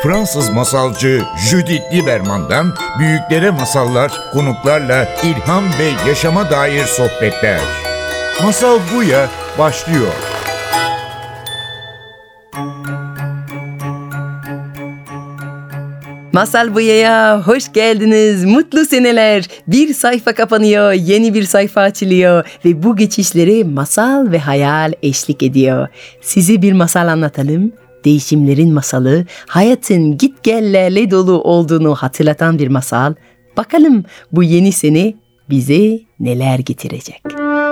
Fransız masalcı Judith Lieberman'dan büyüklere masallar, konuklarla ilham ve yaşama dair sohbetler. Masal Buya başlıyor. Masal Buya'ya hoş geldiniz. Mutlu seneler. Bir sayfa kapanıyor, yeni bir sayfa açılıyor ve bu geçişleri masal ve hayal eşlik ediyor. Size bir masal anlatalım. Değişimlerin masalı, hayatın gitgellerle dolu olduğunu hatırlatan bir masal. Bakalım bu yeni sene bize neler getirecek?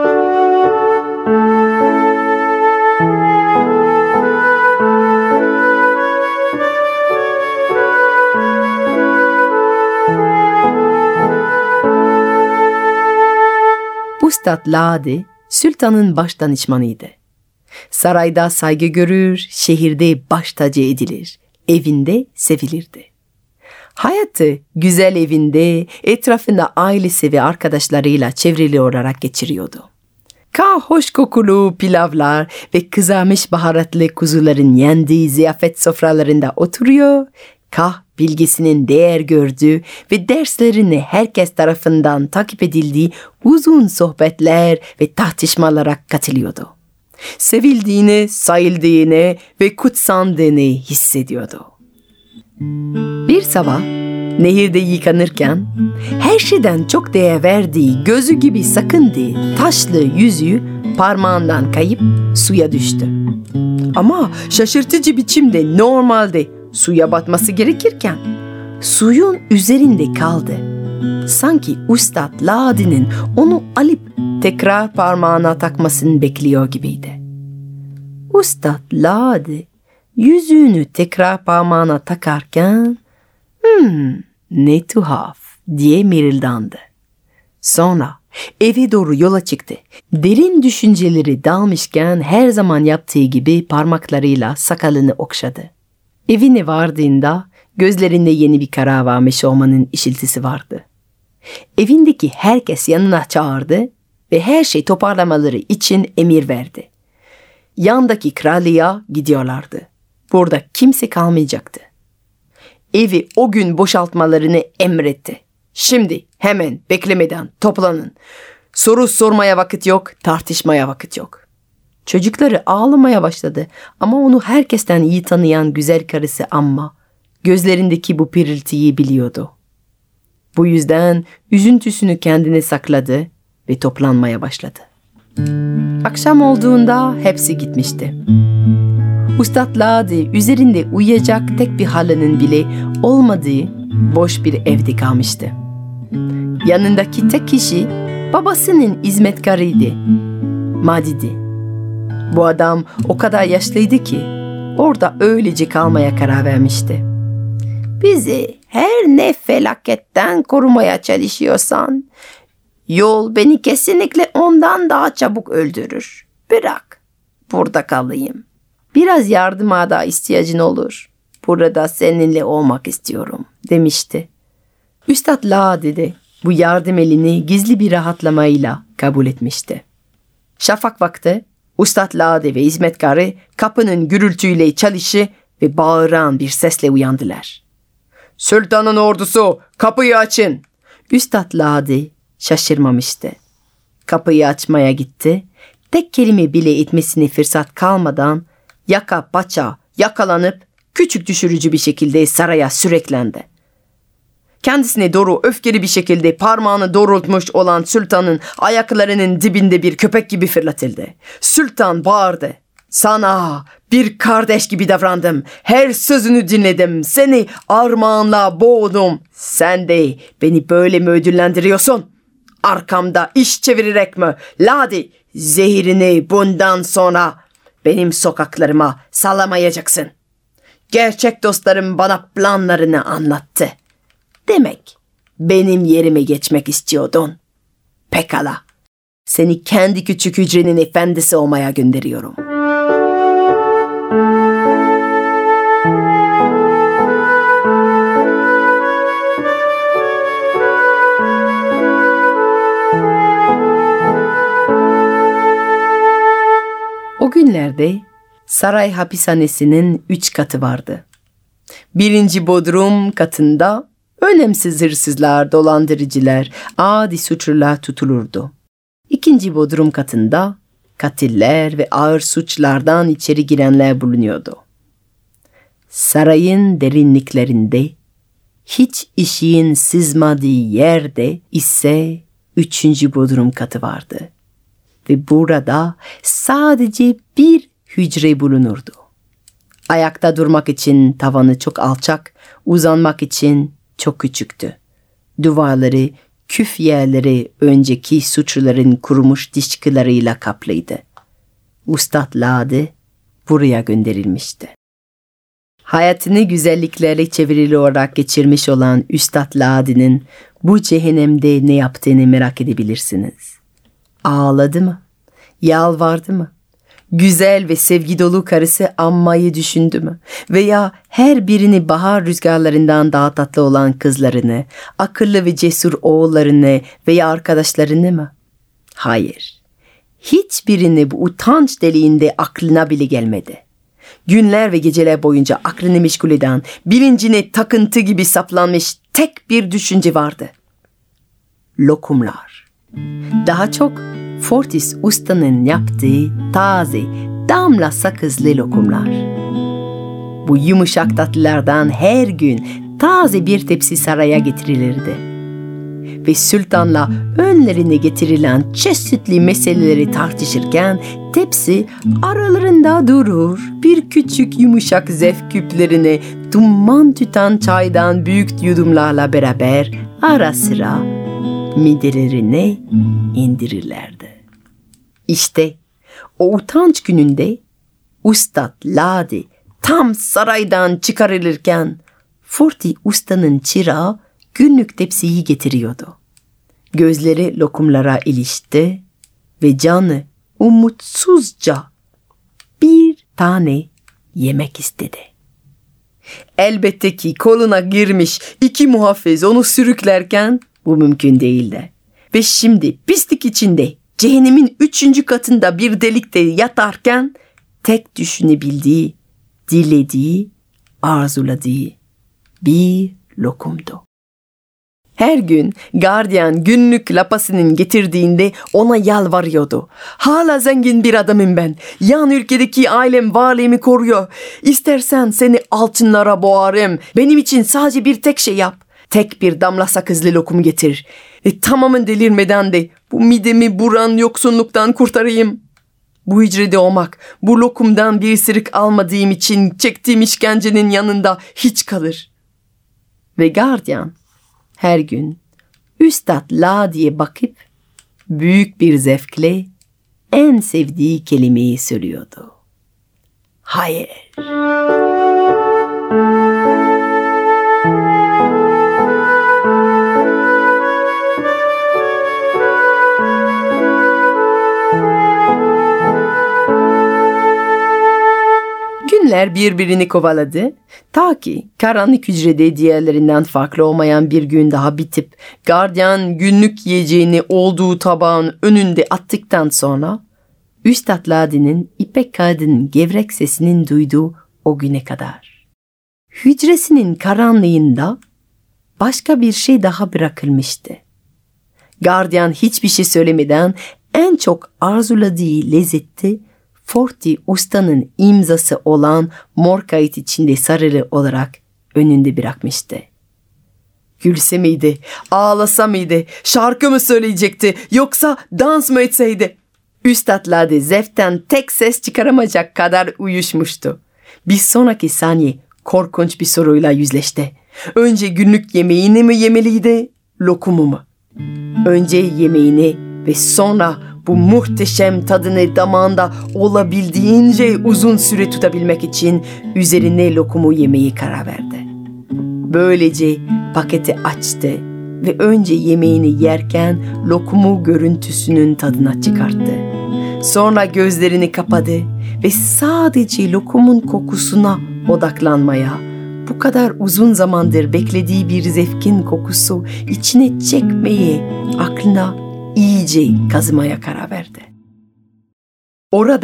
Üstad Ladi, sultanın baş danışmanıydı. Sarayda saygı görür, şehirde baş tacı edilir, evinde sevilirdi. Hayatı güzel evinde, etrafında ailesi ve arkadaşlarıyla çevrili olarak geçiriyordu. Hoş kokulu pilavlar ve kızarmış baharatlı kuzuların yendiği ziyafet sofralarında oturuyor, bilgisinin değer gördüğü ve derslerini herkes tarafından takip edildiği uzun sohbetler ve tartışmalara katılıyordu. Sevildiğini, sayıldığını ve kutsandığını hissediyordu. Bir sabah nehirde yıkanırken her şeyden çok değer verdiği, gözü gibi sakındığı taşlı yüzüğü parmağından kayıp suya düştü. Ama şaşırtıcı biçimde normalde suya batması gerekirken suyun üzerinde kaldı. Sanki Üstad Ladi'nin onu alıp tekrar parmağına takmasını bekliyor gibiydi. Üstad Ladi yüzüğünü tekrar parmağına takarken ne tuhaf diye mırıldandı. Sonra eve doğru yola çıktı. Derin düşünceleri dalmışken her zaman yaptığı gibi parmaklarıyla sakalını okşadı. Evine vardığında gözlerinde yeni bir karar varmış olmanın işiltisi vardı. Evindeki herkes yanına çağırdı ve her şey toparlamaları için emir verdi. Yandaki krallığa gidiyorlardı. Burada kimse kalmayacaktı. Evi o gün boşaltmalarını emretti. Şimdi hemen beklemeden toplanın. Soru sormaya vakit yok, tartışmaya vakit yok. Çocukları ağlamaya başladı ama onu herkesten iyi tanıyan güzel karısı Amma gözlerindeki bu pırıltıyı biliyordu. Bu yüzden üzüntüsünü kendine sakladı ve toplanmaya başladı. Akşam olduğunda hepsi gitmişti. Üstad Ladi üzerinde uyuyacak tek bir halının bile olmadığı boş bir evde kalmıştı. Yanındaki tek kişi babasının hizmetkarıydı, Madidi. Bu adam o kadar yaşlıydı ki orada öylece kalmaya karar vermişti. Bizi her ne felaketten korumaya çalışıyorsan yol beni kesinlikle ondan daha çabuk öldürür. Bırak burada kalayım. Biraz yardıma da ihtiyacın olur. Burada seninle olmak istiyorum demişti. Üstad Ladi de bu yardım elini gizli bir rahatlamayla kabul etmişti. Şafak vakti Üstad Ladi ve hizmetkarı kapının gürültüyle çalışı ve bağıran bir sesle uyandılar. "Sultanın ordusu, kapıyı açın!" Üstad Ladi şaşırmamıştı. Kapıyı açmaya gitti. Tek kelime bile etmesine fırsat kalmadan yaka paça yakalanıp küçük düşürücü bir şekilde saraya sürüklendi. Kendisine doğru öfkeli bir şekilde parmağını doğrultmuş olan sultanın ayaklarının dibinde bir köpek gibi fırlatıldı. Sultan bağırdı. "Sana bir kardeş gibi davrandım. Her sözünü dinledim. Seni armağanla boğdum. Sen de beni böyle mi ödüllendiriyorsun? Arkamda iş çevirerek mi? Ladi, zehirini bundan sonra benim sokaklarıma salamayacaksın. Gerçek dostlarım bana planlarını anlattı. Demek benim yerime geçmek istiyordun. Pekala. Seni kendi küçük hücrenin efendisi olmaya gönderiyorum." O günlerde saray hapishanesinin 3 katı vardı. Birinci bodrum katında önemsiz hırsızlar, dolandırıcılar, adi suçlular tutulurdu. İkinci bodrum katında katiller ve ağır suçlardan içeri girenler bulunuyordu. Sarayın derinliklerinde, hiç ışığın sızmadığı yerde ise üçüncü bodrum katı vardı. Ve burada sadece bir hücre bulunurdu. Ayakta durmak için tavanı çok alçak, uzanmak için çok küçüktü. Duvarları, küf yerleri önceki suçluların kurumuş dışkılarıyla kaplıydı. Üstad Ladi buraya gönderilmişti. Hayatını güzelliklerle çevrili olarak geçirmiş olan Üstad Ladi'nin bu cehennemde ne yaptığını merak edebilirsiniz. Ağladı mı? Yalvardı mı? Güzel ve sevgi dolu karısı Ammayı düşündü mü? Veya her birini bahar rüzgarlarından daha tatlı olan kızlarını, akıllı ve cesur oğullarını veya arkadaşlarını mı? Hayır. Hiçbirini bu utanç deliğinde aklına bile gelmedi. Günler ve geceler boyunca aklını meşgul eden, bilincine takıntı gibi saplanmış tek bir düşünce vardı. Lokumlar. Daha çok Fortis Usta'nın yaptığı taze, damla sakızlı lokumlar. Bu yumuşak tatlılardan her gün taze bir tepsi saraya getirilirdi. Ve sultanla önlerine getirilen çeşitli meseleleri tartışırken tepsi aralarında durur, bir küçük yumuşak zef küplerine duman tüten çaydan büyük yudumlarla beraber ara sıra midelerine indirirlerdi. İşte o utanç gününde Üstad Ladi tam saraydan çıkarılırken Forti Usta'nın çırağı günlük tepsiyi getiriyordu. Gözleri lokumlara ilişti ve canı umutsuzca bir tane yemek istedi. Elbette ki koluna girmiş iki muhafız onu sürüklerken bu mümkün değildi. Ve şimdi pislik içinde cehennemin 3. katında bir delikte yatarken tek düşünebildiği, dilediği, arzuladığı bir lokumdu. Her gün gardiyan günlük lapasının getirdiğinde ona yalvarıyordu. Hala zengin bir adamım ben. Yan ülkedeki ailem varlığımı koruyor. İstersen seni altınlara boğarım. Benim için sadece bir tek şey yap. Tek bir damla sakızlı lokum getir. Tamamen delirmeden de bu midemi buran yoksunluktan kurtarayım. Bu hücrede olmak, bu lokumdan bir ısırık almadığım için çektiğim işkencenin yanında hiç kalır. Ve gardiyan her gün Üstad Ladi'ye bakıp büyük bir zevkle en sevdiği kelimeyi söylüyordu. Hayır. Günler birbirini kovaladı. Ta ki karanlık hücrede diğerlerinden farklı olmayan bir gün daha bitip gardiyan günlük yiyeceğini olduğu tabağın önünde attıktan sonra Üstad Ladi'nin ipek kağıdının gevrek sesinin duyduğu o güne kadar. Hücresinin karanlığında başka bir şey daha bırakılmıştı. Gardiyan hiçbir şey söylemeden en çok arzuladığı lezzeti Forti Usta'nın imzası olan mor kağıt içinde sarılı olarak önünde bırakmıştı. Gülse miydi, ağlasa mıydı, şarkı mı söyleyecekti yoksa dans mı etseydi? Üstad Ladi zevkten tek ses çıkaramayacak kadar uyuşmuştu. Bir sonraki saniye korkunç bir soruyla yüzleşti. Önce günlük yemeğini mi yemeliydi, lokumu mu? Önce yemeğini ve sonra bu muhteşem tadını damağında olabildiğince uzun süre tutabilmek için üzerine lokumu yemeye karar verdi. Böylece paketi açtı ve önce yemeğini yerken lokumu görüntüsünün tadına çıkarttı. Sonra gözlerini kapadı ve sadece lokumun kokusuna odaklanmaya, bu kadar uzun zamandır beklediği bir zevkin kokusu içine çekmeye, aklına iyice kazımaya karar verdi. Orada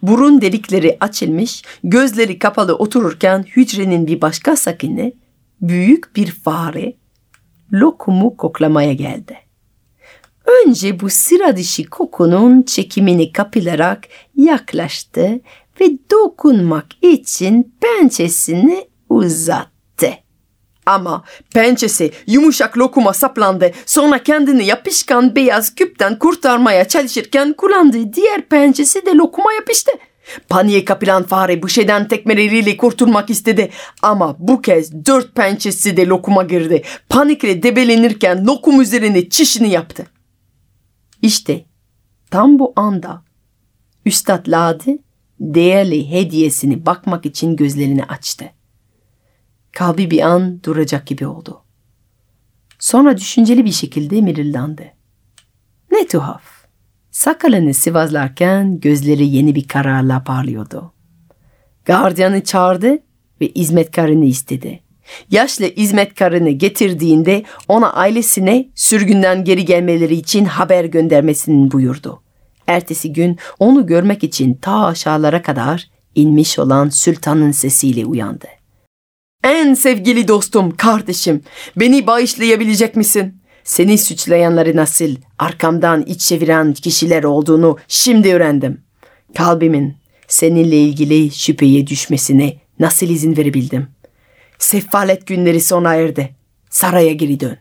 burun delikleri açılmış, gözleri kapalı otururken hücrenin bir başka sakini, büyük bir fare, lokumu koklamaya geldi. Önce bu sıra dışı kokunun çekimini kapılarak yaklaştı ve dokunmak için pençesini uzattı. Ama pençesi yumuşak lokuma saplandı. Sonra kendini yapışkan beyaz küpten kurtarmaya çalışırken kullandığı diğer pençesi de lokuma yapıştı. Paniğe kapılan fare bu şeyden tekmeleriyle kurtulmak istedi. Ama bu kez 4 pençesi de lokuma girdi. Panikle debelenirken lokum üzerine çişini yaptı. İşte tam bu anda Üstad Ladi değerli hediyesini bakmak için gözlerini açtı. Kalbi bir an duracak gibi oldu. Sonra düşünceli bir şekilde mırıldandı. Ne tuhaf. Sakalını sıvazlarken gözleri yeni bir kararla parlıyordu. Gardiyanı çağırdı ve hizmetkarını istedi. Yaşlı hizmetkarını getirdiğinde ona ailesine sürgünden geri gelmeleri için haber göndermesini buyurdu. Ertesi gün onu görmek için ta aşağılara kadar inmiş olan sultanın sesiyle uyandı. En sevgili dostum, kardeşim, beni bağışlayabilecek misin? Seni suçlayanları nasıl, arkamdan iç çeviren kişiler olduğunu şimdi öğrendim. Kalbimin seninle ilgili şüpheye düşmesine nasıl izin verebildim? Sefalet günleri sona erdi. Saraya geri dön.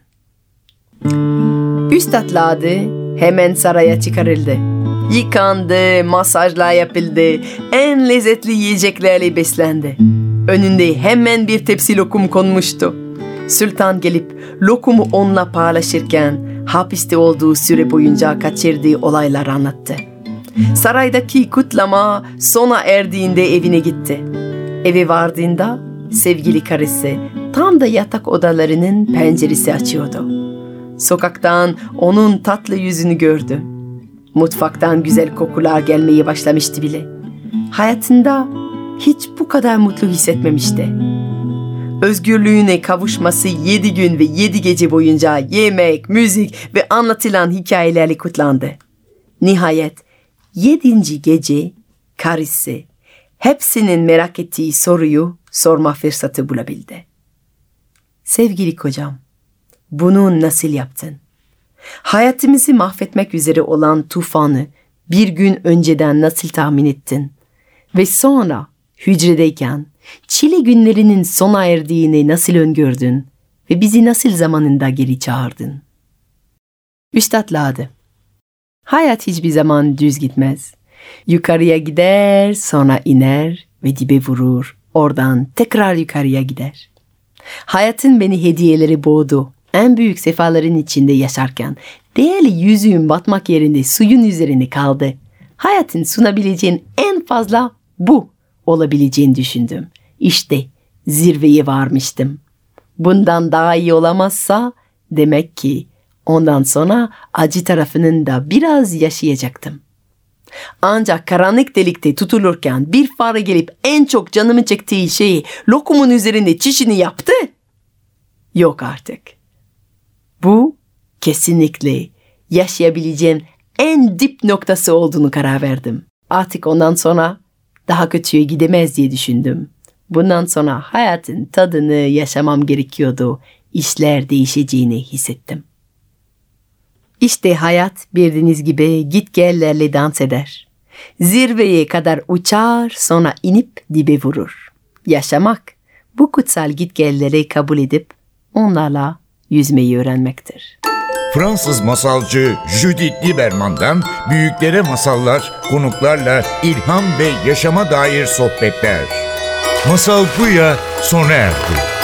Üstad Ladi hemen saraya çıkarıldı. Yıkandı, masajlar yapıldı, en lezzetli yiyeceklerle beslendi. Önünde hemen bir tepsi lokum konmuştu. Sultan gelip lokumu onunla paylaşırken hapiste olduğu süre boyunca kaçırdığı olayları anlattı. Saraydaki kutlama sona erdiğinde evine gitti. Eve vardığında sevgili karısı tam da yatak odalarının penceresi açıyordu. Sokaktan onun tatlı yüzünü gördü. Mutfaktan güzel kokular gelmeye başlamıştı bile. Hayatında hiç bu kadar mutlu hissetmemişti. Özgürlüğüne kavuşması 7 gün ve 7 gece boyunca yemek, müzik ve anlatılan hikayelerle kutlandı. Nihayet 7. gece karısı hepsinin merak ettiği soruyu sorma fırsatı bulabildi. Sevgili kocam, bunu nasıl yaptın? Hayatımızı mahvetmek üzere olan tufanı bir gün önceden nasıl tahmin ettin? Ve sonra hücredeyken çile günlerinin sona erdiğini nasıl öngördün ve bizi nasıl zamanında geri çağırdın? Üstad Ladi, hayat hiçbir zaman düz gitmez. Yukarıya gider, sonra iner ve dibe vurur. Oradan tekrar yukarıya gider. Hayatın beni hediyeleri boğdu. En büyük sefaların içinde yaşarken değerli yüzüğüm batmak yerinde suyun üzerine kaldı. Hayatın sunabileceğin en fazla bu olabileceğini düşündüm. İşte zirveye varmıştım. Bundan daha iyi olamazsa demek ki ondan sonra acı tarafının da biraz yaşayacaktım. Ancak karanlık delikte tutulurken bir fare gelip en çok canımı çektiği şeyi lokumun üzerinde çişini yaptı. Yok artık. Bu kesinlikle yaşayabileceğim en dip noktası olduğunu karar verdim. Artık ondan sonra daha kötüye gidemez diye düşündüm. Bundan sonra hayatın tadını yaşamam gerekiyordu. İşler değişeceğini hissettim. İşte hayat bildiğiniz gibi git gellerle dans eder. Zirveye kadar uçar, sonra inip dibe vurur. Yaşamak bu kutsal git gelleri kabul edip onlarla yüzmeyi öğrenmektir. Fransız masalcı Judith Lieberman'dan büyüklere masallar, konuklarla ilham ve yaşama dair sohbetler. Masal Buya sona erdi.